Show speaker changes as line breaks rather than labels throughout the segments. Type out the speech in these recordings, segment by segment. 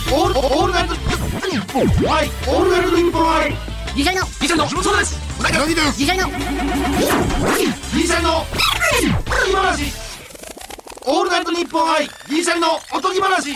オールナイトニッポン愛オールナイトニッポン愛
ギリシャリの
そうです。
ギリシャリの
ギリシャリの今話オールナイトニッポン愛ギリシャリのおとぎ話。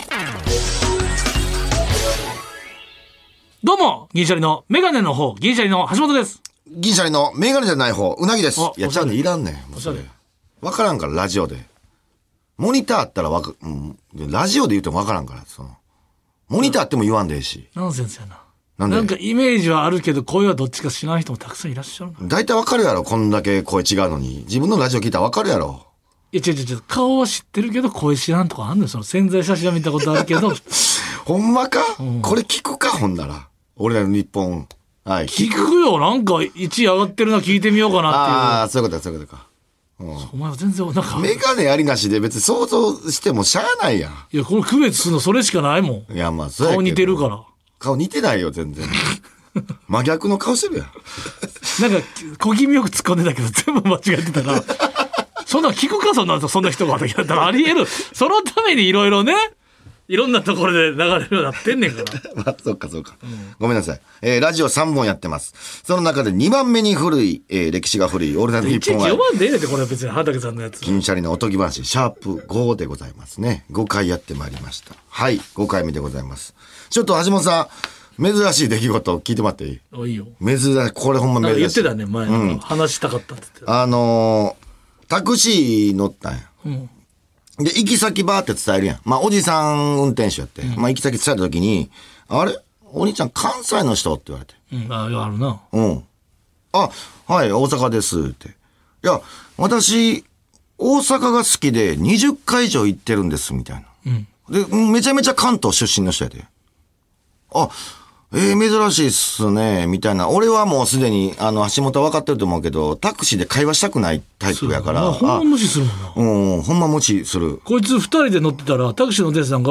どうも銀シャリのメガネの方銀シャリの橋本です。
銀シャリのメガネじゃない方うなぎです。
あ
いやちゃうねいらんねん。もうそれ分からんからラジオでモニターあったらラジオで言うても分からんからそのモニターあっても言わんでええし。
ナンセンスやな。
なんで
なんかイメージはあるけど声はどっちか知らない人もたくさんいらっしゃるな。
大体分かるやろ。こんだけ声違うのに自分のラジオ聞いたら分かるやろ。
いや違う顔は知ってるけど声知らんとかあんのよ。その潜在写真は見たことあるけど
ほんまか、これ聞くかほんなら俺らの日本はい
聞くよ。なんか1位上がってるな聞いてみようかな
ああ
って
そういうことかそういうことか。
いうお前は全然なんか
メガネありなしで別に想像してもしゃあないやん。
いやこれ区別するのそれしかないもん。
いやまあそうやけど
顔似てるから
顔似てないよ全然真逆の顔してるやん。
なんか小気味よく突っ込んでたけど全部間違えてたらそんなん聞くかそんな人がだったらありえる。そのためにいろいろねいろんなところで流れるようになってんねんから
まあ、そうか、ごめんなさい。ラジオ3本やってます。その中で2番目に古い、歴史が古いオールナイトニ
いちいち
ッポン愛
呼ばんでええねんってこれは別に畑さんのやつ。
銀シャリのおとぎ話シャープ5でございますね。5回やってまいりました。はい5回目でございます。ちょっと橋本さん珍しい出来事聞いてもらっていい？
おいいよ。
珍しい。これほんま珍しい。
言ってたね前なんか話したかったって言ってた。
タクシー乗ったんや。で、行き先バーって伝えるやん。まあ、おじさん運転手やって。まあ、行き先伝えた時に、あれお兄ちゃん関西の人って言われて。
ああるな。
あ、はい、大阪ですって。いや、私、大阪が好きで20回以上行ってるんです、みたいな。で、めちゃめちゃ関東出身の人やで。あ、珍しいっすね、みたいな。俺はもうすでに、橋本は分かってると思うけど、タクシーで会話したくないタイプやから。
ほんま無視するもんな。
ほんま無視する。
こいつ2人で乗ってたらタクシーの運転手さんが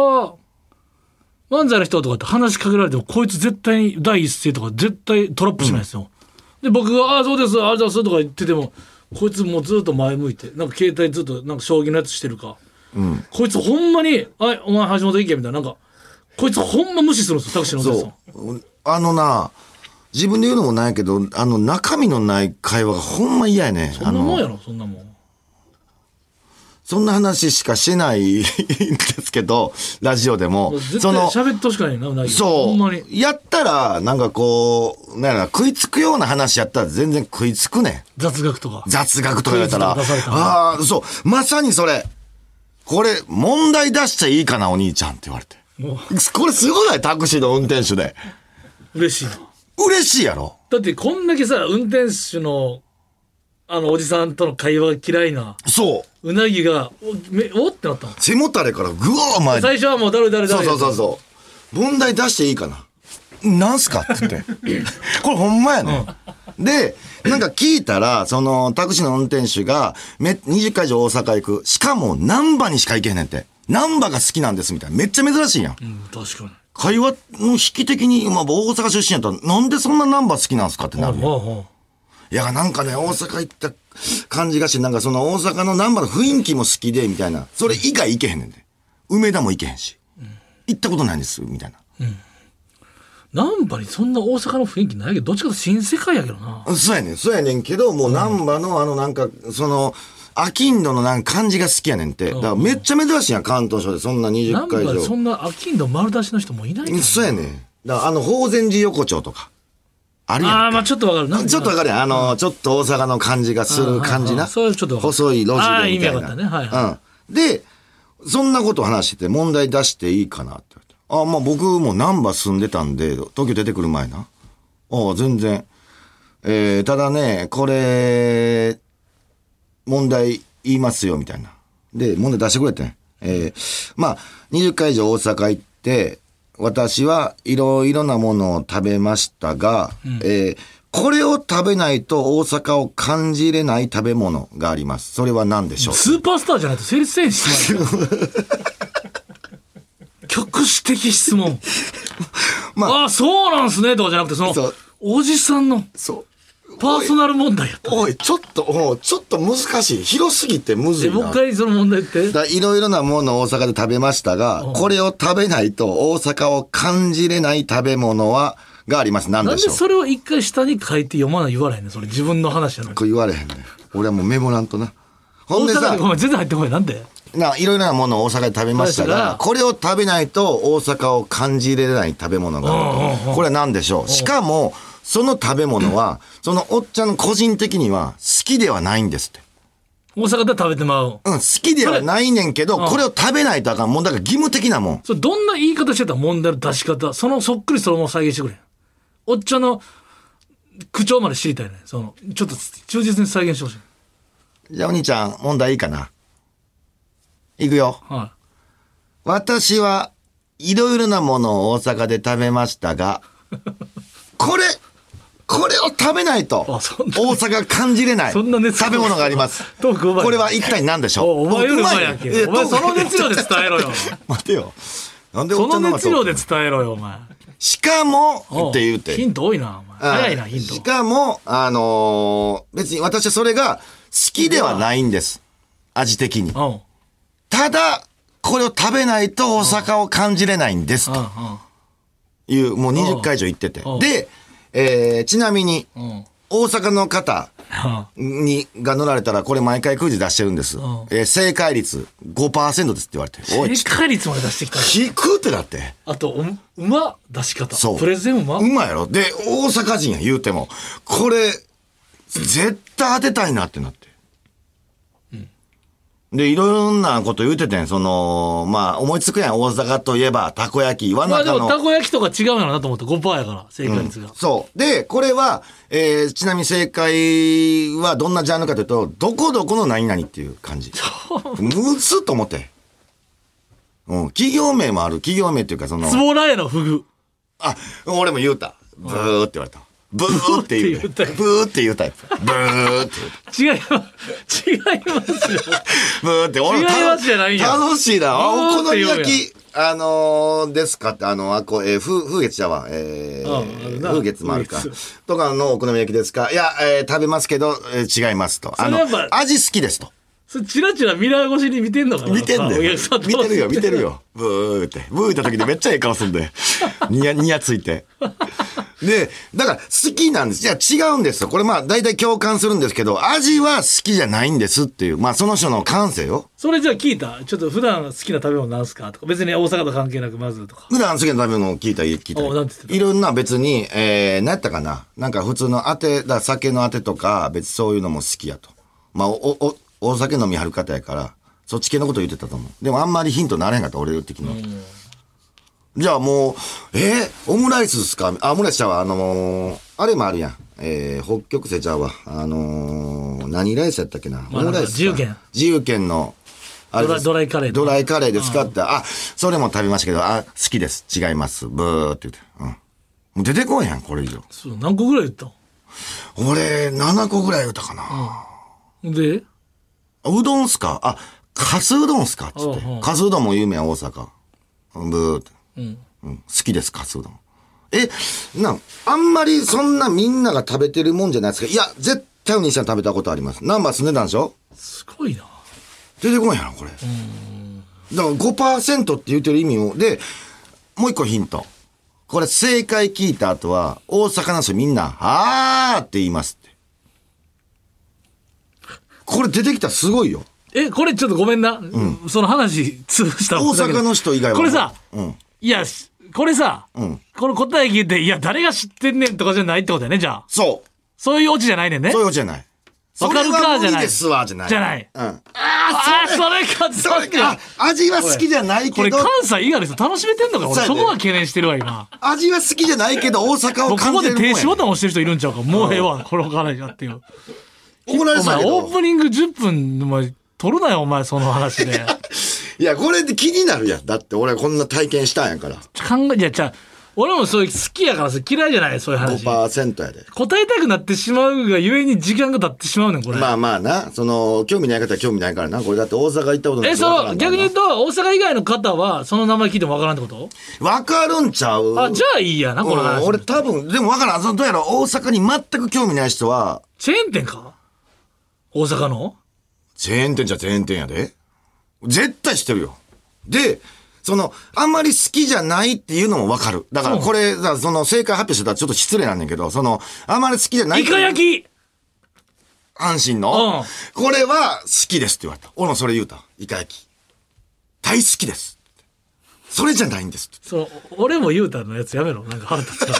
漫才の人とかって話しかけられてもこいつ絶対に第一声とか絶対トラップしないですよ。で僕がそうですありがとうございますとか言っててもこいつもうずっと前向いてなんか携帯ずっとなんか将棋のやつしてるか、こいつほんまにお前橋本行けみたいななんかこいつほんま無視するんですよタクシーの運転手さん。
自分で言うのもないけど中身のない会話がほんま嫌やね。
そんなもんやろそんなもん。
そんな話しかしないんですけどラジオでも
絶対喋ってほしくないな。
そう
ほんまに
やったらなんかこうなんやろ食いつくような話やったら全然食いつくね。
雑学とか
言われたらそうまさにそれ。これ問題出しちゃいいかなお兄ちゃんって言われて。これすごないタクシーの運転手で。
嬉しいな。
嬉しいやろ。
だってこんだけさ運転手のおじさんとの会話が嫌いな
そう
うなぎがおってなったの。
背もたれからぐわー前に
最初はもう誰
そう問題出していいかななんすかって言ってこれほんまやね、でなんか聞いたらそのタクシーの運転手が20回以上大阪行くしかも難波にしか行けへんねんって。難波が好きなんですみたいな。めっちゃ珍しいやん、
確かに
会話の引き的に、大阪出身やったらなんでそんな難波好きなんすかってなる。いやなんかね大阪行った感じがしてなんかその大阪の難波の雰囲気も好きでみたいな。それ以外行けへんねんで。梅田も行けへんし、行ったことないんですみたいな。
難波にそんな大阪の雰囲気ないけどどっちかと新世界やけどな。
そうやねんけどもう難波のなんかその商人のなんか感じが好きやねんって。だからめっちゃ珍しいやん関東省でそんな20回以上。
難波でそんな商人丸出しの人もいないけど。
そうやねん。だから法善寺横丁とかあるやんか。
まあちょっとわかるな。
ちょっとわかるやん。ちょっと大阪の感じがする感じな。
それちょっと
細い路地でみたいな。
意味わかったね。はい
でそんなこと話してて問題出していいかなって言われて。まあ僕も難波住んでたんで東京出てくる前な。全然。ただねこれ問題言いますよみたいな。で問題出してくれてね。まあ20回以上大阪行って私はいろいろなものを食べましたが、これを食べないと大阪を感じれない食べ物があります。それは何でしょう。
スーパースターじゃないと成立せん質問局地的質問そうなんすねとかじゃなくておじさんのパーソナル問題やった。
おい、ちょっと難しい。広すぎてむずいな。
もう一回その問題って。
いろいろなものを大阪で食べましたが、これを食べないと大阪を感じれない食べ物があります。何でしょう。
なんでそれを一回下に書いて読まない言われへんねん。それ自分の話やのに。
これ言われへんねん。俺はもうメモらんとな。ほんでさ、
大阪でごめん全然入ってこい。なんで
いろいろなものを大阪で食べましたが、これを食べないと大阪を感じれない食べ物があると。これは何でしょう。しかも、その食べ物は、そのおっちゃんの個人的には好きではないんですって。
大阪で食べてまう。
好きではないねんけど、これを食べないとあかん。もうだから義務的なもん。
それどんな言い方してたら問題の出し方、そっくりそのまま再現してくれん。おっちゃんの口調まで知りたいね。ちょっと忠実に再現してほしい。
じゃあお兄ちゃん、問題いいかな。いくよ。
はい。
私はいろいろなものを大阪で食べましたが、これを食べないと大阪感じれない食べ物があります。これは一体何でしょう。
お前よりうまいやんけ。お前その熱量で伝えろよ。
待てよ。なんで
その熱量で伝えろよ、お前。
しかもって言うて。
ヒント多いな、お前。早いな、ヒント。
しかも、別に私はそれが好きではないんです。味的に。ただ、これを食べないと大阪を感じれないんです。という、もう20回以上言ってて。で、ちなみに、大阪の方が乗られたら、これ毎回クイズ出してるんです。正解率 5% ですって言われて。
正解率まで出してきた。
低ってだって。
あと、馬出し方。
そう。
プレゼン馬
やろ。で、大阪人や言うても、これ、絶対当てたいなってなって。で、いろんなこと言うててん。思いつくやん。大阪といえば、たこ焼き、
まあでも、たこ焼きとか違うやろなと思って、5% やから、正解率が。
そう。で、これは、ちなみに正解はどんなジャンルかというと、どこどこの何々っていう感じ。むずっと思って。企業名もある。企業名っていうか、
つぼらやのフグ。
俺も言うた。ブーって言われた。ブーって言う。ブーって言うタイプ。ブーって
言う。違いますよ。
ブーって。俺
違いますじゃないんや。
楽しいな。お好み焼き、ですかって、風月ちゃうわ。風月もあるか。とかのお好み焼きですか。いや、食べますけど、違いますと。味好きですと。
それチラチラミラー越しに見てんのかな。
見てんだよ。見てるよ。ブーって。ブーった時でめっちゃいい顔すんで。ニヤついて。で、だから好きなんです。じゃあ違うんですよ。これ大体共感するんですけど、味は好きじゃないんですっていう、その人の感性よ。
それじゃあ聞いた。ちょっと普段好きな食べ物なんすかとか、別に大阪と関係なくまずとか。
普段好きな食べ物を聞いた。いろんな別に、何やったかな。なんか普通の酒のあてとか、別にそういうのも好きやと。お酒飲みはる方やから、そっち系のこと言ってたと思う。でもあんまりヒントなれへんかった、俺的には。じゃあもう、オムライスですか？オムライスちゃうわ。あれもあるやん。北極星ちゃうわ。何ライスやったっけな。オムライス。自由軒の、
ドライカレー。
ドライカレーですかって。それも食べましたけど、好きです。違います。ブーって言って。もう出てこいやん、これ以上。
そう、何個ぐらい言った
の？俺、7個ぐらい言ったかな。
で
うどんっすか？かすうどんっすかっつって。かすうどんも有名や、大阪。ブーって。好きです、かすうどん。あんまりそんなみんなが食べてるもんじゃないですか。いや、絶対お兄さん食べたことあります。ナンバー住んでたんでしょ？
すごいな。
出てこんやろ、これ。だから 5% って言ってる意味を。で、もう一個ヒント。これ正解聞いた後は、大阪の人みんな、って言いますって。これ出てきたらすごいよ。
これちょっとごめんな。その話潰した
大阪の人以外は。
これさ、いや、これさ、この答え聞いて、いや、誰が知ってんねんとかじゃないってことだよね、じゃあ。
そう。
そういうオチじゃないねんね。
そういうオチじゃない。
わかるかじゃない。
ですわ、じゃない。
じゃない。
それか。味は好きじゃないけど。
これ関西以外の人楽しめてんのか？俺そこは懸念してるわ、今。
味は好きじゃないけど、大阪を感じる。
ここで停止ボタン押してる人いるんちゃうか？もうええわ、このからじゃっていう。
怒られそうやけど。
お前、オープニング10分、お前、取るなよ、お前、その話で。
いや、これで気になるやん。だって俺こんな体験したんやから。
じゃあ、 俺もそういう好きやからさ、嫌いじゃない、そういう話。
5% やで。
答えたくなってしまうがゆえに時間が経ってしまうねん、これ。
まあまあな、興味ない方は興味ないからな。これだって大阪行ったことない。
逆に言うと、大阪以外の方は、その名前聞いてもわからんってこと？
わかるんちゃう？
じゃあいいやな、この話。
俺多分、でもわからん。どうやろ、大阪に全く興味ない人は。
チェーン店か？大阪の？
チェーン店じゃチェーン店やで。絶対知ってるよ。で、あんまり好きじゃないっていうのもわかる。だからこれ、正解発表してたらちょっと失礼なんだけど、あんまり好きじゃない。
イカ焼き！
阪神の、これは好きですって言われた。俺もそれ言うた。イカ焼き。大好きです。それじゃないんですって。
俺も言うたのやつやめろ。なんか腹立つから。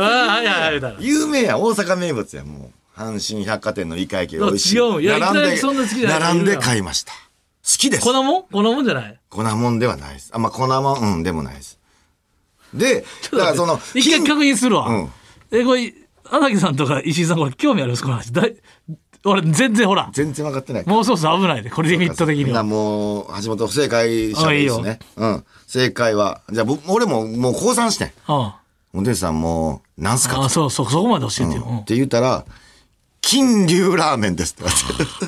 はいはいはい、みたいな。
有名や、大阪名物や、もう。阪神百貨店のイカ焼き美味しい。
違う。いや、イカ焼きそんな好きじゃない。
並んで買いました。好きです。
粉もんじゃない？
粉もんではないです。まあ、粉もん、でもないです。で、だから
一回確認するわ。これ、荒木さんとか石井さん、これ興味あるんですか？俺、全然ほら。
全然分かってない。
もうそうそう危ないで、これリミット的には。
もう、橋本不正解者ですね。正解は、じゃあ、俺ももう降参してん。お弟子さんもう、なんすか？
そこまで教えてよ。
って言ったら、金龍ラーメンですって言われて。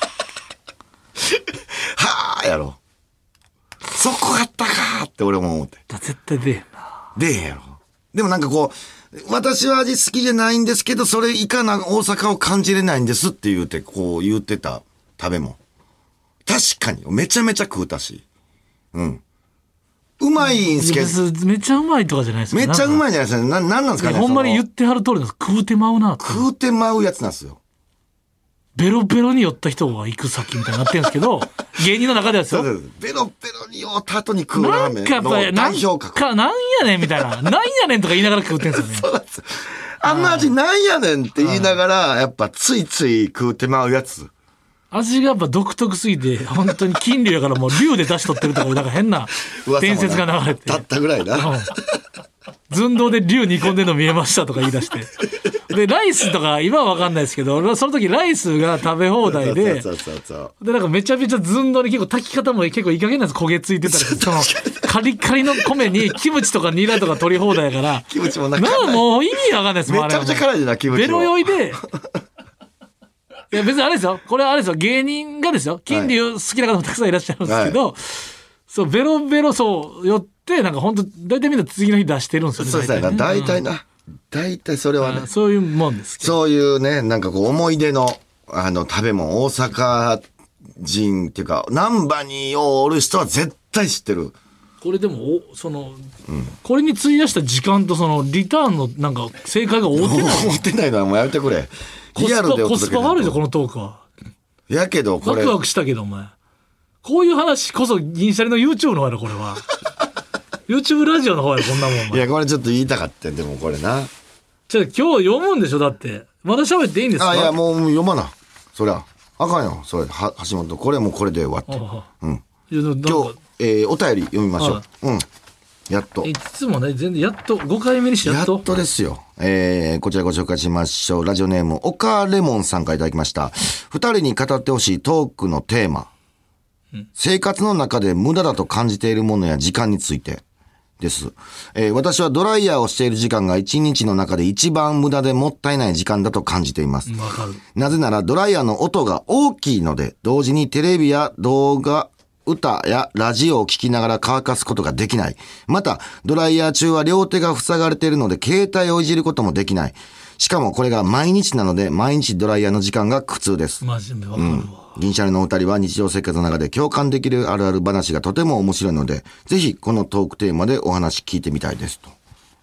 はぁやろ。そこやったかーって俺も思って。
絶対出えへんな。
出えへんやろ。でもなんか私は味好きじゃないんですけど、それ以下な大阪を感じれないんですって言ってた食べ物。確かに、めちゃめちゃ食うたし。うまいんすけど。
めちゃうまいとかじゃないですか。
めっちゃうまいじゃないですか。なんなんですかね。
ほんまに言ってはる通りです。食うてまうな。
食うてまうやつなんですよ。
ベロベロに酔った人が行く先みたいになってるんですけど、芸人の中ではですよ。
ベロベロに酔った後に食うラーメンの代表格。
なんやねんみたいな。なんやねんとか言いながら食うてんすよね。
そうです。あんな味なんやねんって言いながら、やっぱついつい食うてまうやつ。
味がやっぱ独特すぎて、本当に金龍やからもう龍で出し取ってるとか、なんか変な伝説が流れて。
たったぐらいな。
寸胴で龍煮込んでるの見えましたとか言い出して。で、ライスとか、今はわかんないですけど、俺はその時ライスが食べ放題で、で、なんかめちゃめちゃ寸胴に結構炊き方も結構いい加減なんです、焦げついてたら、カリカリの米にキムチとかニラとか取り放題やから、
キムチもなんか
もう意味わかんないですもん、
めちゃめちゃ辛いでな、キムチも。
ベロ酔いで、いや別にあれですよ、これあれですよ、芸人がですよ、金龍好きな方もたくさんいらっしゃるんですけど、そう、ベロベロそう寄って、なんか本当大体みんな次の日出してるんですよね。
そうだよな、大体な。大体それはね。
そういうもんですけど。
そういうね、なんか思い出の、食べ物、大阪人っていうか、難波にようおる人は絶対知ってる。
これでも、これに費やした時間とリターンのなんか正解が合ってない。
合ってないのはもうやめてくれ。リアルで
コスパ悪いぞ、このトークは。
やけど、これ。
ワクワクしたけど、お前。こういう話こそ銀シャリの YouTube の方やろ、これは。YouTube ラジオの方やろ、こんなもん。
いや、これちょっと言いたかったんでもこれな。
今日読むんでしょ、だって。まだ喋っていいんですか？
いや、もう読まな。そりゃ。あかんよ、それ。橋本、これもこれで終わって。今日、お便り読みましょう。やっと。
いつもね、全然やっと、5回目にして
やっとですよ。こちらご紹介しましょう。ラジオネーム、オカレモンさんからいただきました。2人に語ってほしいトークのテーマ。生活の中で無駄だと感じているものや時間についてです。私はドライヤーをしている時間が1日の中で一番無駄でもったいない時間だと感じています。
わかる。
なぜならドライヤーの音が大きいので、同時にテレビや動画、歌やラジオを聞きながら乾かすことができない。また、ドライヤー中は両手が塞がれているので、携帯をいじることもできない。しかもこれが毎日なので、毎日ドライヤーの時間が苦痛です。
マジでわかるわ。
銀シャリのお二人は日常生活の中で共感できるあるある話がとても面白いので、ぜひこのトークテーマでお話聞いてみたいですと。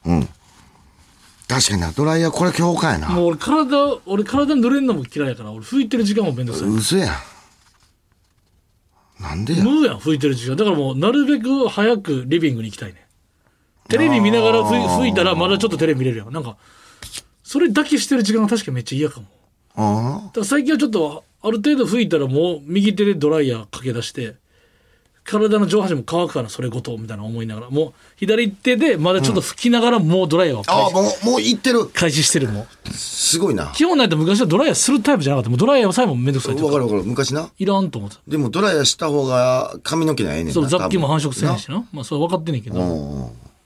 確かにな、ドライヤーこれ共感やな。
もう俺体濡れるのも嫌いやから、俺拭いてる時間もめんどくさい。
嘘やん。なんでや。
無やん、拭いてる時間。だからもうなるべく早くリビングに行きたいね。テレビ見ながら拭いたらまだちょっとテレビ見れるやん。なんか、それだけしてる時間が確かめっちゃ嫌かも。だから最近はちょっと、ある程度拭いたらもう右手でドライヤーかけ出して、体の上半身も乾くからそれごとみたいな思いながら、もう左手でまだちょっと拭きながらもうドライヤーを
もう行ってる。
開始してるもん。
すごいな。
基本ないと昔はドライヤーするタイプじゃなかった。もうドライヤーさえもめんどくさい。
わかる。昔な。
いらんと思ってた。
でもドライヤーした方が髪の毛がええねんな。
そう、雑菌も繁殖せんしな。まあそれ分かってんねんけど。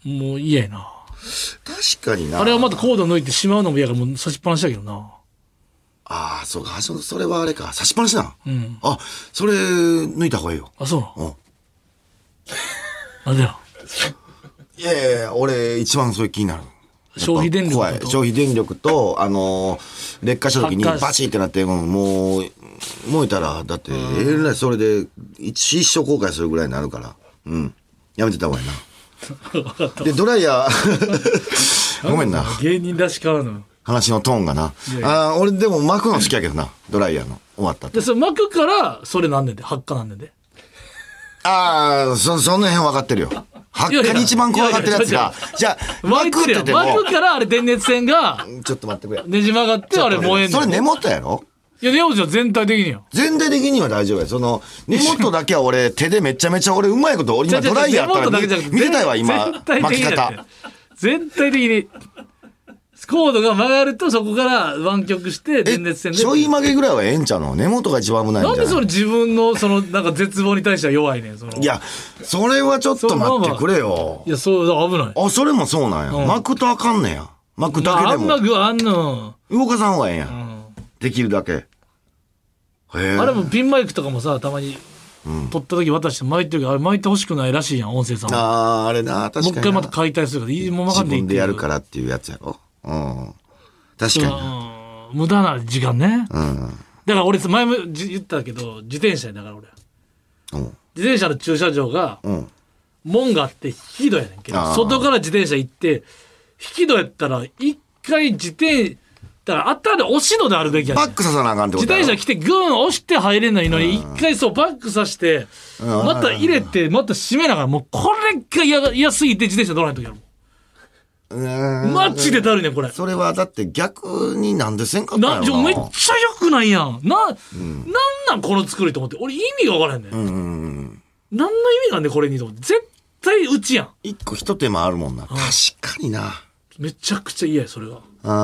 もう嫌やな。
確かにな。
あれはまたコード抜いてしまうのも嫌からもう差しっぱなしだけどな。
ああ、そうか。それはあれか。差しっぱなしな。
うん。
あ、それ抜いた方がいいよ。
あ、そうなの。
うん。
なんでや。
いやいや、俺一番それ気になる。
消費電力と
怖い。消費電力と、劣化した時に
発火
バチってなって、もう、燃えたら、だって、えらいそれで、一生後悔するぐらいになるから。うん。やめてた方がいいな。で、ドライヤー、ごめんな。
芸人らしからぬ。
話のトーンがな。俺でも巻くの好きやけどな。ドライヤーの。終わったと。
で、それ巻くから、それなんねんで。発火なんねんで。
ああ、その辺分かってるよ。発火に一番怖がってるやつが。じゃあ、巻くってても。
巻くからあれ電熱線が、
ちょっと待ってくれ。
ねじ曲がってあれ燃えんねん。
それ根元やろ？
いや、根元じゃ全体的によ。
全体的には大丈夫や。根元だけは俺、手でめちゃめちゃ俺うまいこと、俺今ドライヤーやったら見てたいわ、今。巻き方。
全体的に。コードが曲がるとそこから湾曲して電熱線で。
ちょい曲げぐらいはええんちゃうの？根元が一番危ないんじゃない？
なんでそれ自分のなんか絶望に対しては弱いねん。
いや、それはちょっと待ってくれよ。
いや、そう、危ない。
あ、それもそうなんや。巻くとあかんねや。巻くだけでも。
あんの。
動かさん方がええやん。できるだけ。へえ。
あれもピンマイクとかもさ、たまに撮った時渡して巻いてるけど、あれ巻いてほしくないらしいやん、音声さんは。
ああ、あれな、確かに。
もう一回また解体するから、もう分かんでいいっていう。
自分でやるからっていうやつやろ。うん。確かに。
無駄な時間ね。
うん。
だから俺、前も言ったけど、自転車やだから俺。自転車の駐車場が、門があって引き戸やねんけど、外から自転車行って、引き戸やったら、一回だからあったら押し戸であるべきやねん。
バックささなあかんってこと
自転車来てグーン押して入れないのに、一回そうバックさして、また入れて、また閉めながら、もうこれが嫌すぎて自転車乗らないときあるもん。マジでだるいねんこれ。
それはだって逆になんでせんかったんやろな。
めっちゃ良くないやん。なんこの作りと思って。俺意味が分からへんねん。何の意味があんねんこれにと思って。絶対うちやん。
一個一手間あるもんな。確かにな。
めちゃくちゃ嫌やそれが。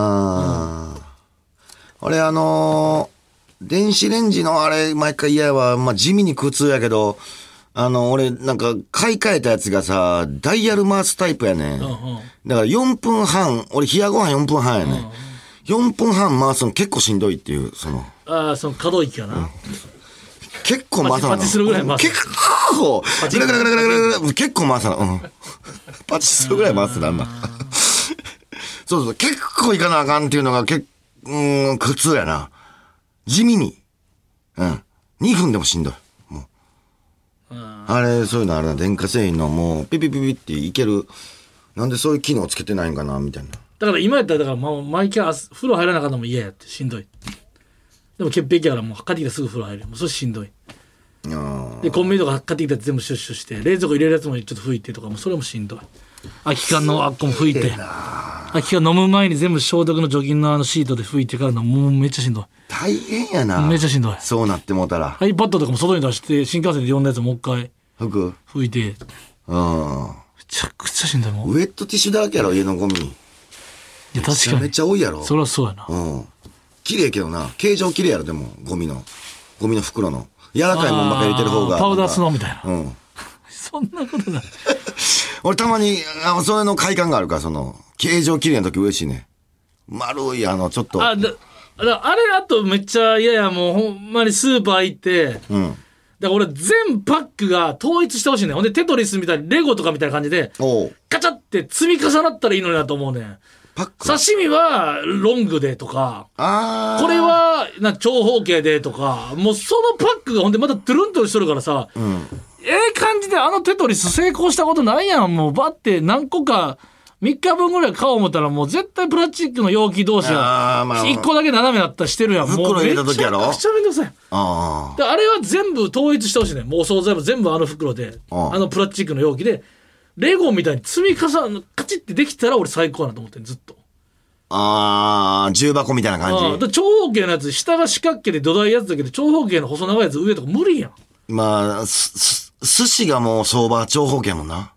俺電子レンジのあれ毎回嫌やわ。まあ地味に苦痛やけど、俺なんか買い替えたやつがさ、ダイヤル回すタイプやねん。だから4分半、俺冷やご飯4分半やねん。4分半回すの結構しんどいっていう、その
可動域かな。
結構回さな。
パチするぐらい回す。
結構、ぐらぐらぐらぐらぐらぐら、結構回さな。パチするぐらい回すなんだ。そうそう、結構いかなあかんっていうのが苦痛やな。地味に。2分でもしんどい。もう。あれ、そういうのあるな。電化製品のもう、ピピピピっていける。なんでそういう機能つけてないんかな、みたいな。
だから今やったら、だからもう毎回風呂入らなかったのも嫌やって、しんどい。でも潔癖やからもう買ってきてすぐ風呂入る。もうそれしんどい。で、コンビニとか買ってきたやつ全部シュッシュして、冷蔵庫入れるやつもちょっと拭いてとか、もうそれもしんどい。空き缶のあっこも拭いて。空き缶飲む前に全部消毒の除菌のシートで拭いてからの、もうめっちゃしんどい。
大変やな。
めっちゃしんどい。
そうなってもうたら。
iPad とかも外に出して、新幹線で呼んだやつもう一回拭いて。めちゃくちゃしんどいもん。
ウェットティッシュだらけやろ、家のゴミ。い
や、確かに。
めっちゃ多いやろ。
そりゃそうやな。
綺麗けどな。形状綺麗やろ、でも、ゴミの袋の。柔らかいもんばっかり入れてる方が。
パウダースノーみたいな。そんなことない。
俺たまに、それの快感があるから、形状綺麗な時嬉しいね。丸い、ちょっと。
あれ、あとめっちゃ嫌や、もうほんまにスーパー行って、だから俺全パックが統一してほしいね。ほんでテトリスみたいに、レゴとかみたいな感じで、カチャって積み重なったらいいのになと思うね。刺身はロングでとか、これは長方形でとか、もうそのパックがほんでまたトゥルンとしとるからさ、感じでテトリス成功したことないやん。もうバッて何個か3日分ぐらい買おう思ったらもう絶対プラスチックの容器同士が1個だけ斜めだったりしてるやん。
袋入れた時やろ。
めちゃくちゃめんどくさい。あれは全部統一してほしいね。もうお惣菜も全部袋で、プラスチックの容器で、レゴみたいに積み重ね、カチッてできたら俺最高やなと思ってんずっと。
重箱みたいな感じ。
長方形のやつ、下が四角形で土台やつだけど、長方形の細長いやつ上とか無理やん。
まあ、寿司がもう相場長方形やもんな。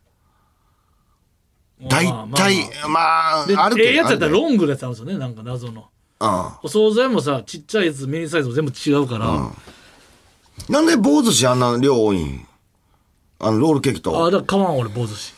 大体、あるけど。
やつやったらロングのやつあるんですよね、なんか謎の。お惣菜もさ、ちっちゃいやつ、ミニサイズも全部違うから。
なんで棒寿司あんな量多いん？ロールケーキと。
だから買わん俺、棒寿司。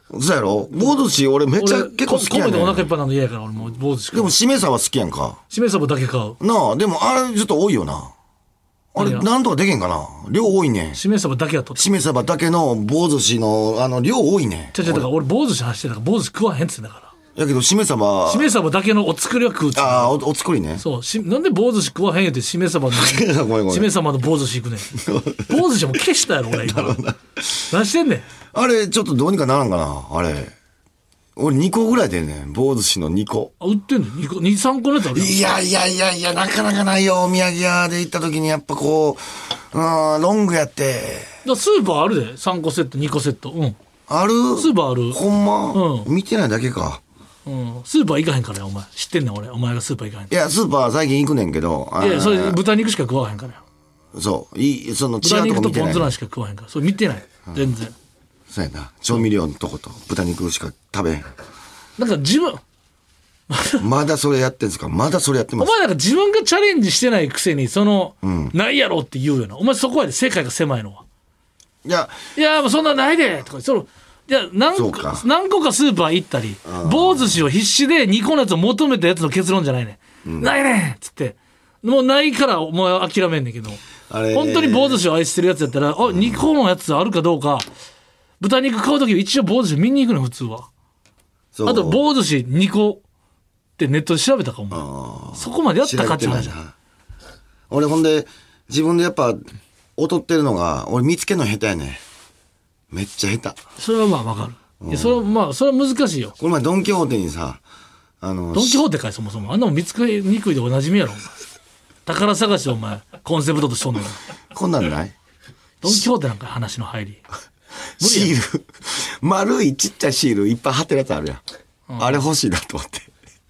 そうやろ棒寿司俺めっちゃ結構好きやねん。
米でお腹いっぱいなの嫌やから俺もう棒寿司
でもしめ鯖好きやんか。
しめ鯖だけ買う。
なあ、でもあれちょっと多いよな。あれなんとかできんかな。量多いねん。
しめ鯖だけやと。
しめ鯖だけの棒寿司の量多いねん。
だから俺棒寿司走ってたから棒寿司食わへんっつってんだから。
やけどしめ鯖。
しめ鯖だけのお作りは食うっつってんだから。
ああ、お作りね。
そうなんで棒寿司食わへん言うてしめ鯖の
ごめんごめん
しめ鯖の棒寿司行くねん。棒寿司も消したやろ俺今。何してんねん。
あれちょっとどうにかならんかな。あれ。俺2個ぐらいでね、棒寿司の2個。
あ売ってんの2個2、3個のやつあるやん。
いや、なかなかないよ。お土産屋で行った時にやっぱこう、ロングやって。
だからスーパーあるで3個セット2個セット。うん
ある
スーパーある。
ほんま、
うん
見てないだけか。
スーパー行かへんからよお前知ってんねん俺お前がスーパー行かへん。
いや、スーパー最近行くねんけど。
いやそれ豚肉しか食わへんからよ。
そう。その違
豚
うと
肉とポン
こ見てない。
酢なんしか食わへんからそれ見てない全然。
そうやな。調味料のとこと豚肉しか食べへん。
なんか自分
まだそれやってんすか？まだそれやってます。
お前なんか自分がチャレンジしてないくせにないやろって言うよな。お前そこやで世界が狭いのは。
いや、
いやもうそんなんないでとかいや何個かスーパー行ったり棒寿司を必死で2個のやつを求めたやつの結論じゃないね、ないねんっつってもうないからもう諦めんねんけど、本当に棒寿司を愛してるやつやったら2個のやつあるかどうか豚肉買う時は一応棒寿司見に行くの普通は。あと棒寿司2個ってネットで調べたかも。そこまでやった価値ないじゃん。
俺ほんで自分でやっぱ劣ってるのが俺見つけるの下手やね。めっちゃ下手。
それはまあわかる。いやそれはそれは難しいよ。
この前ドン・キホーテにさ
ドン・キホーテかいそもそもあんなもん見つけにくいでおなじみやろお前。宝探しお前コンセプトとしとんねん。
こんなんない？
ドン・キホーテなんか話の入り。
シール丸いちっちゃいシールいっぱい貼ってるやつあるやん、あれ欲しいなと思って。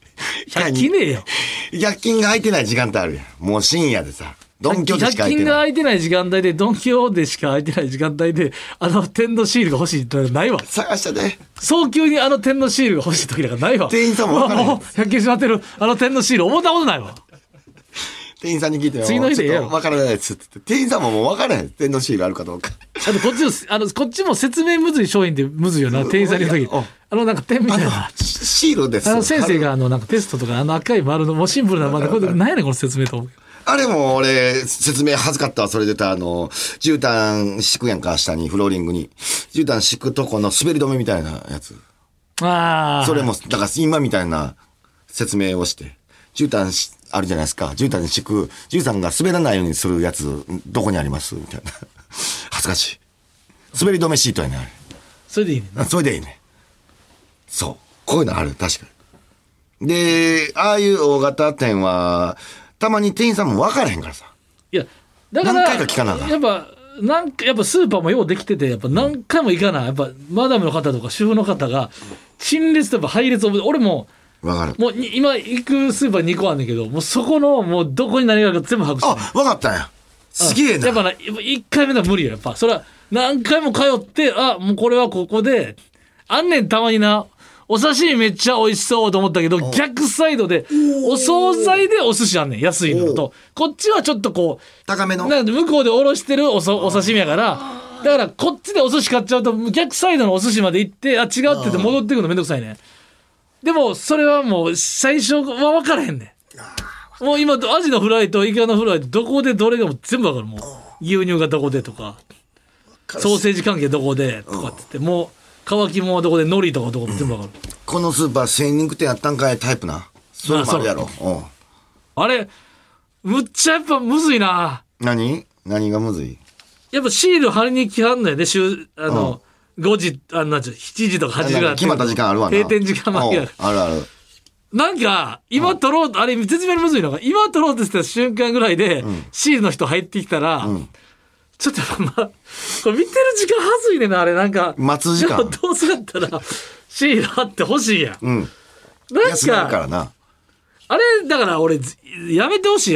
100均ねえよ。
100均が空いてない時間帯あるやん。もう深夜でさドンキホーテしか空いて
100均が
ない。
空いてない時間帯でドン・キホーテしか空いてない時間帯で点のシールが欲しいってないわ。
探したで。
早急に点のシールが欲しい時なんかないわ。
店員さんも分からへん。
もう100均しまってる点のシール思ったことないわ。
店員さんに聞いてよ。
次の日でええやろ
ちょっと分からないですって言って。店員さんももう分からへん。店のシールあるかどうか。
あとこっちも説明むずい商品ってむずいよな。店員さんに言う時なんか点みたいな
シールです。
先生がなんかテストとか赤い丸のもうシンプルなまでこれ何やねんこの説明と思う。
あれも俺説明恥ずかったわ。それで絨毯敷くやんか、下にフローリングに絨毯敷くとこの滑り止めみたいなやつ。
ああ。
それもだから今みたいな説明をして絨毯あるじゃないですか。絨毯に敷く絨毯が滑らないようにするやつどこにありますみたいな。恥ずかしい。滑り止めシートやねあれ。
それでいいね。
それでいいね。そうこういうのある確かに。でああいう大型店はたまに店員さんも分からへんからさ。
いやだから
何回か聞かなあかん。
やっぱスーパーもようできててやっぱ何回も行かない。やっぱマダムの方とか主婦の方が陳列とやっぱ配列を俺も
分かる。
もう今行くスーパー2個あんねんけどもうそこのもうどこに何があるか全部把握して
あ分かったんや。すげえな。
やっぱ1回目では無理よやっぱそれは何回も通ってもうこれはここであんねんたまになお刺身めっちゃ美味しそうと思ったけど逆サイドでお惣菜でお寿司あんねん安いのとこっちはちょっとこう
高めの
なんで向こうでおろしてるお刺身やからだからこっちでお寿司買っちゃうと逆サイドのお寿司まで行って違うって言って戻ってくるのめんどくさいね。でもそれはもう最初は分からへんねん。もう今アジのフライとイカのフライどこでどれがも全部分かる。もう牛乳がどこでとかソーセージ関係どこでとかって言ってもう乾きもどこで海苔とかどこも全部分かる。
このスーパー精肉店やったんかいタイプな。それもあるやろ。
あれむっちゃやっぱむずいな。
何がむずい？
やっぱシール貼りに来はんのよね。5時7時とか8時ぐらい
決まった時間あるわな。
閉店時間前やる。
あるある。
なんか今取ろうとあれ絶妙にむずいのが今取ろうとした瞬間ぐらいでシールの人入ってきたら、ちょっとこれ見てる時間はずいねんなあれなんか
待つ時間。
どうせだったらシール貼ってほしいやん。なん
安なるからな。
あれだから俺やめてほしい。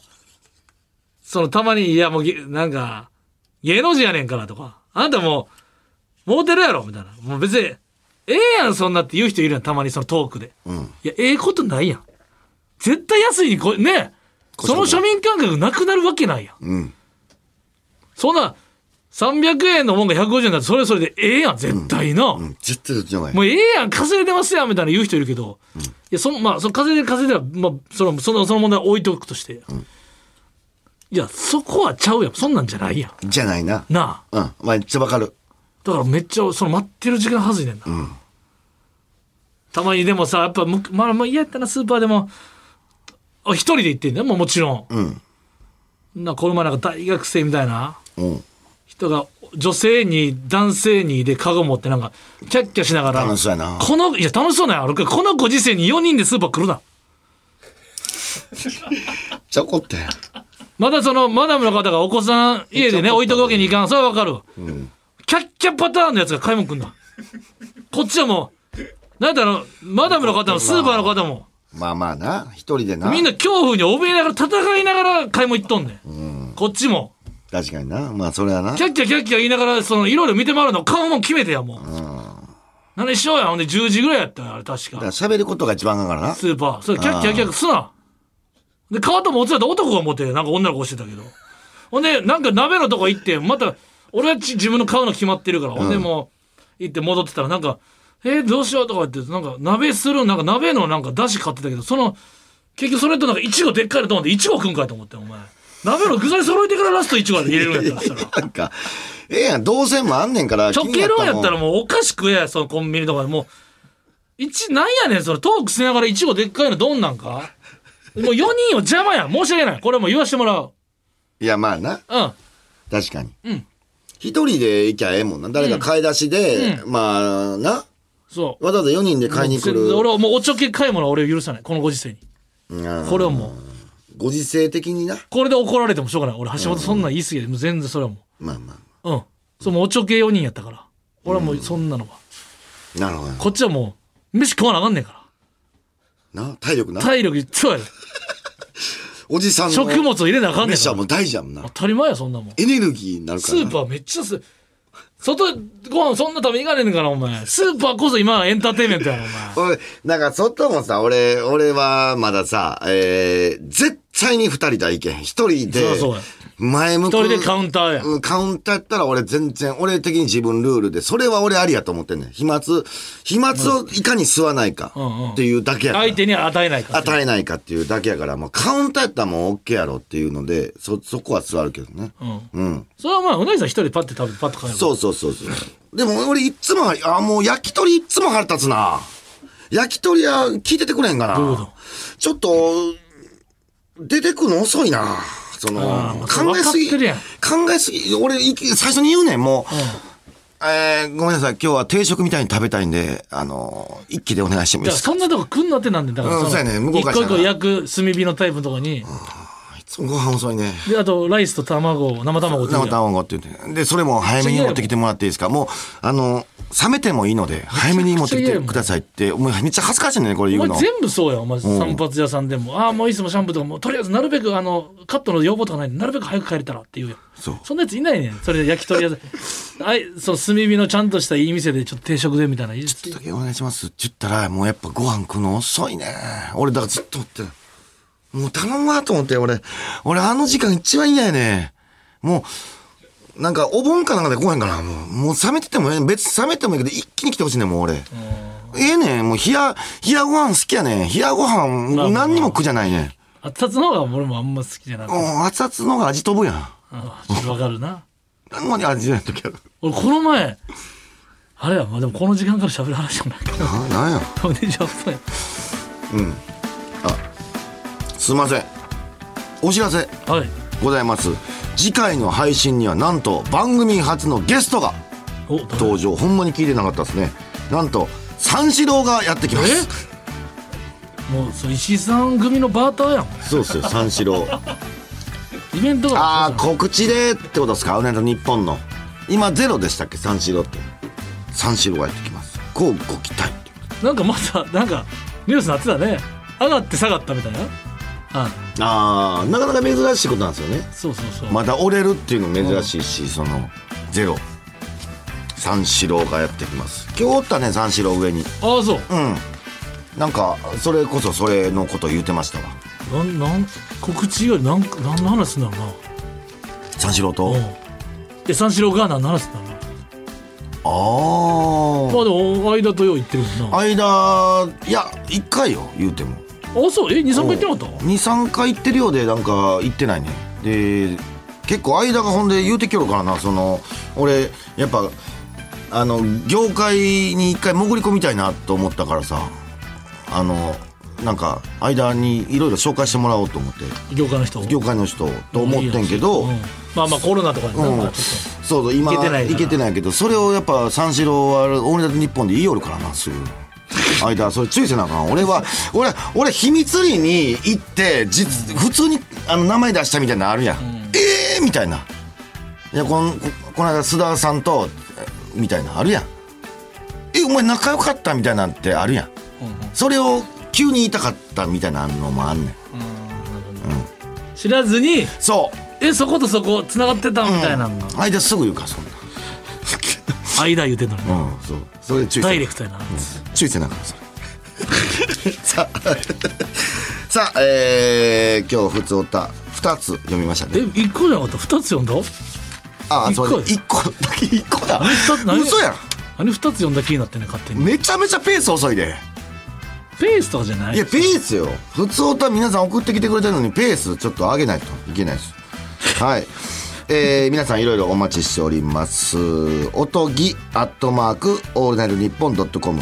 たまにいやもうなんか芸能人やねんからとかあんたもうモテるやろみたいなもう別にええやんそんなって言う人いるやんたまにそのトークで、いやええことないやん絶対安いにねその庶民感覚なくなるわけないやん、そんな 300円のもんが150円だとそれそれでええやん絶対な、
絶対そっちの方がいい。
もうええやん稼いでますやんみたいな言う人いるけど、いやその稼いでるは、まあ、その問題は置いておくとして、いやそこはちゃうやん、そんなんじゃないやん
じゃないな。
なあ、
めっちゃわかる。
だからめっちゃその待ってる時間はずいねんな、たまにでもさやっぱもう嫌やったな、スーパーでも一人で行ってんね、もちろん、この前なんか大学生みたいな人が女性に男性にでカゴ持ってなんかキャッキャしながら
楽しそうやな。
いや楽しそうなんやろ、このご時世に4人でスーパー来るな。
ちゃ怒って。
まだそのマダムの方がお子さん家でね置いとくわけにいかん、それはわかる、キャッキャパターンのやつが買い物来んな。こっちはもうなんだろう、マダムの方もスーパーの方も
まあな、一人でな。
みんな恐怖に怯えながら戦いながら買い物行っとんねん、こっちも
確かにな。まあそれはな。
キャッキャキャッキャ言いながらそのいろいろ見て回るの顔も決めてや、もう、何しようや。ほんで10時ぐらいやったよあれ確か。
喋ることが一番だからな。
スーパーそれキャッキャキャッキャすな。でカート持つやったら男が持ってなんか女の子してたけど、ほんでなんか鍋のとこ行ってまた俺は自分の買うの決まってるから、ほんでもう行って戻ってたらなんかどうしようとか言ってなんか鍋するなんか鍋のなんか出汁買ってたけど、その結局それとなんかイチゴでっかいのと思ってイチゴ食うんかいと思って、お前鍋の具材揃えてからラストイチゴで入れるんやったら
なんかやん、動線もあんねんから。
ちょけろんやったらもうお菓子食えや、そのコンビニとかでもうなんやねんそれ、トークしながらイチゴでっかいのどんなんか、もう4人を邪魔や、申し訳ない、これも言わしてもらう。
いやまあな、確かに一人で行きゃええもんな。誰か買い出しで、まあな、そうわざわざ4人で買いに来る。
俺はもうおちょけ買い物は俺を許さない、このご時世に。これはもう
ご時世的にな。
これで怒られてもしょうがない。俺橋本そんなん言い過ぎて、もう全然それはもうそうもうおちょけ4人やったから俺はもうそんなのは、
なるほど。
こっちはもう飯食わなあかんねんから
な。体力
そうやで
おじさんの
食物を入れなあかんねんから。
飯はもう大事やもんな。
当たり前や、そんなもん
エネルギーになるからな。
スーパーめっちゃ外ご飯そんな食べに行かねえんからお前。スーパーこそ今はエンターテインメントやろお前。
なんか外もさ、俺はまださ、絶対に2人では行けへん。1人で前向く。
1人でカウンターや。
カウンターやったら俺全然、俺的に自分ルールで、それは俺ありやと思ってんねん。飛沫をいかに吸わないかっていうだけやから。
相手に与えないか。
与えないかっていうだけやから、もうカウンターやったらもう OK やろっていうので、そこは座るけどね。
それはまあ、うなぎさん一人でパッて食べてパッと帰る。
そう。でも俺いつも、もう焼き鳥いつも腹立つな。焼き鳥は聞いててくれへんかな。
どういうこと？
ちょっと、出てくの遅いな。考えすぎ。俺、最初に言うねん、もう。ごめんなさい、今日は定食みたいに食べたいんで、一気でお願いしてもいいですか。
そんなとこ来んなってなんで、だから
そうやね、向こうから
一個一個焼く炭火のタイプのとこに。
いつもご飯遅いね。
で、あと、ライスと卵、生卵って言う。
生卵って言って。で、それも早めに持ってきてもらっていいですか。もう、冷めてもいいので、早めに持ってきてくださいって、もうめっちゃ恥ずかしいね、これ言うの。
お前全部そうや、お前、散髪屋さんでも。もういつもシャンプーとかも、とりあえずなるべく、カットの要望とかないんで、なるべく早く帰れたらって言うやん。そんなやついないねん。それで焼き鳥屋さん。炭火のちゃんとしたいい店でちょっと定食でみたいな。
ちょっとだけお願いしますって言ったら、もうやっぱご飯食うの遅いね。俺、だからずっと思ってる。もう頼むわと思って、俺あの時間一番嫌やね。もう、なんかお盆かなんかで来へんかな。もう冷めてても別に冷めてもいいけど、一気に来てほしいねん、もう俺。ねん、もう冷やご飯好きやねん。冷やご飯、何にも苦じゃないねん。
熱々の方が俺もあんま好きじゃなくて。
熱々の方が味飛ぶやん。
わかるな。
何も味ない時ある。
俺この前、あれや、まあでもこの時間から喋る話もないけど。
なんや。すいません、お知らせございます。次回の配信にはなんと番組初のゲストが登場。ほんまに聞いてなかったですね。なんと三四郎がやってきます。
もうそれ石井さん組のバーターやん。
そうっすよ、三四郎
イベントが
告知でってことですか。うねと日本の今ゼロでしたっけ、三四郎って。三四郎がやってきます。こうご期待。
なんかまたなんかニュースなってたね。上がって下がったみたいな。
なかなか珍しいことなんですよね。
そう
まだ折れるっていうの珍しいし、そのゼロ三四郎がやってきます。今日おったね、三四郎上に。
そう。
なんかそれこそそれのこと言ってましたわ。
告知以外何の話すんだろうな。
三四郎と
三四郎が何の話だったの？まあでも間とよう言ってるもんな。
間いや1回よ言うても。
あそう2、3回言ってなかった？
2,3 回行ってるようでなんか行ってないね。で結構間がほんで言うてきよるからな。その俺やっぱ業界に一回潜り込みたいなと思ったからさ、なんか間にいろいろ紹介してもらおうと思って。
業界の人
と思ってんけど、
まあコロナとかでなんかちょっと
そう今行けてないけど、それをやっぱ三四郎はオールナイトニッポンで言いよるからな。すぐ間それ注意せなあかん。俺秘密裏に行って普通に名前出したみたいなのあるやん、みたいな。いやこの間須田さんとみたいなあるやん。お前仲良かったみたいなんてあるやん、それを急に言いたかったみたいなのもあんねん、
知らずに
そう
そことそこ繋がってたみたいなのが、
間すぐ言うかそんな
間言うてんのに、
そうそれ注意せな
ダイレクトやな、
注意せなあかんそれさあ今日ふつおた2つ読みましたね。
1個じゃなかった？2つ読んだ？
それ1個だけ1個だ。嘘やん。
何2つ読んだ気になってね勝手に。
めちゃめちゃペース遅いで。
ペースとかじゃない？
いやペースよ。普通おた皆さん送ってきてくれてるのにペースちょっと上げないといけないです。はい。皆さんいろいろお待ちしております。おとぎ@オールナイトニッポン.com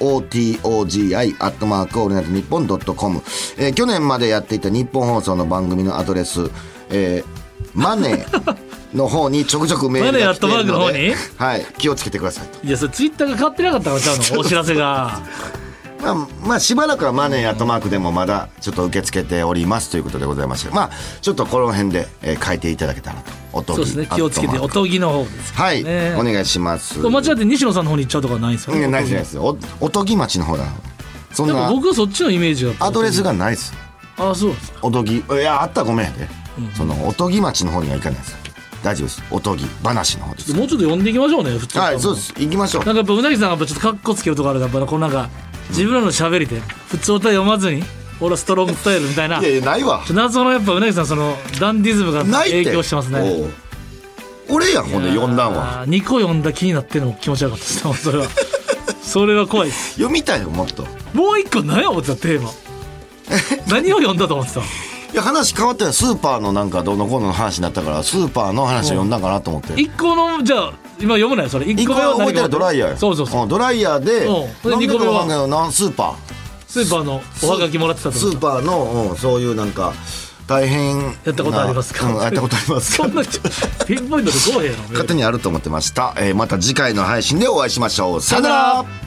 OTOGI @オールナイトニッポン.com、去年までやっていた日本放送の番組のアドレス、マネーの方にちょくちょくメールが来ているので、はい、気をつけてくださいと。
いやそれツイッターが変わってなかったからちゃうのお知らせが
まあしばらくはマネー@でもまだちょっと受け付けておりますということでございまして、まあちょっとこの辺で、書いていただけたらと。おとぎ、
そうですね、気をつけて。おとぎの方ですね、
はいお願いします。
間違って西野さんの方に行っちゃうとかないんですよね？
ないです。おとぎ町の方だ。そんな
僕はそっちのイメージが
アドレスがないです。
あそうですか。
おとぎいやあったらごめんやで、そのおとぎ町の方には行かないです。大丈夫です。おとぎ話の方です。
もうちょっと読んでいきましょうね普通。
はいそうです、行きましょう。
なんかやっぱうなぎさんがやっぱちょっとカッコつけるとこあるから、やっぱこのなんか自分らの喋りで普通歌読まずに俺はストロングスタイルみたいな。
いやないわ。
謎のやっぱうなぎさんそのダンディズムが影響してますね。
俺やほんで読んだんは
2個読んだ気になってるのも気持ち悪かったですそれは怖いです。
読みたいよもっと。
もう1個何や思ってたテーマ何を読んだと思ってた？い
や話変わったよ。スーパーのなんかどうのこうの話になったからスーパーの話を読んだかなと思って。
1個のじゃあ今読むなよそれ。1個目は
覚えてるドライヤーよ。
そう
ドライヤーで
2個目は
スーパ
ーのおはがきもらってたと。
スーパーのそういうなんか大変
やったことありますか？
やったことありますか？
そんなピンポイントでどうへんの？
勝手にあると思ってました。また次回の配信でお会いしましょう。さよなら。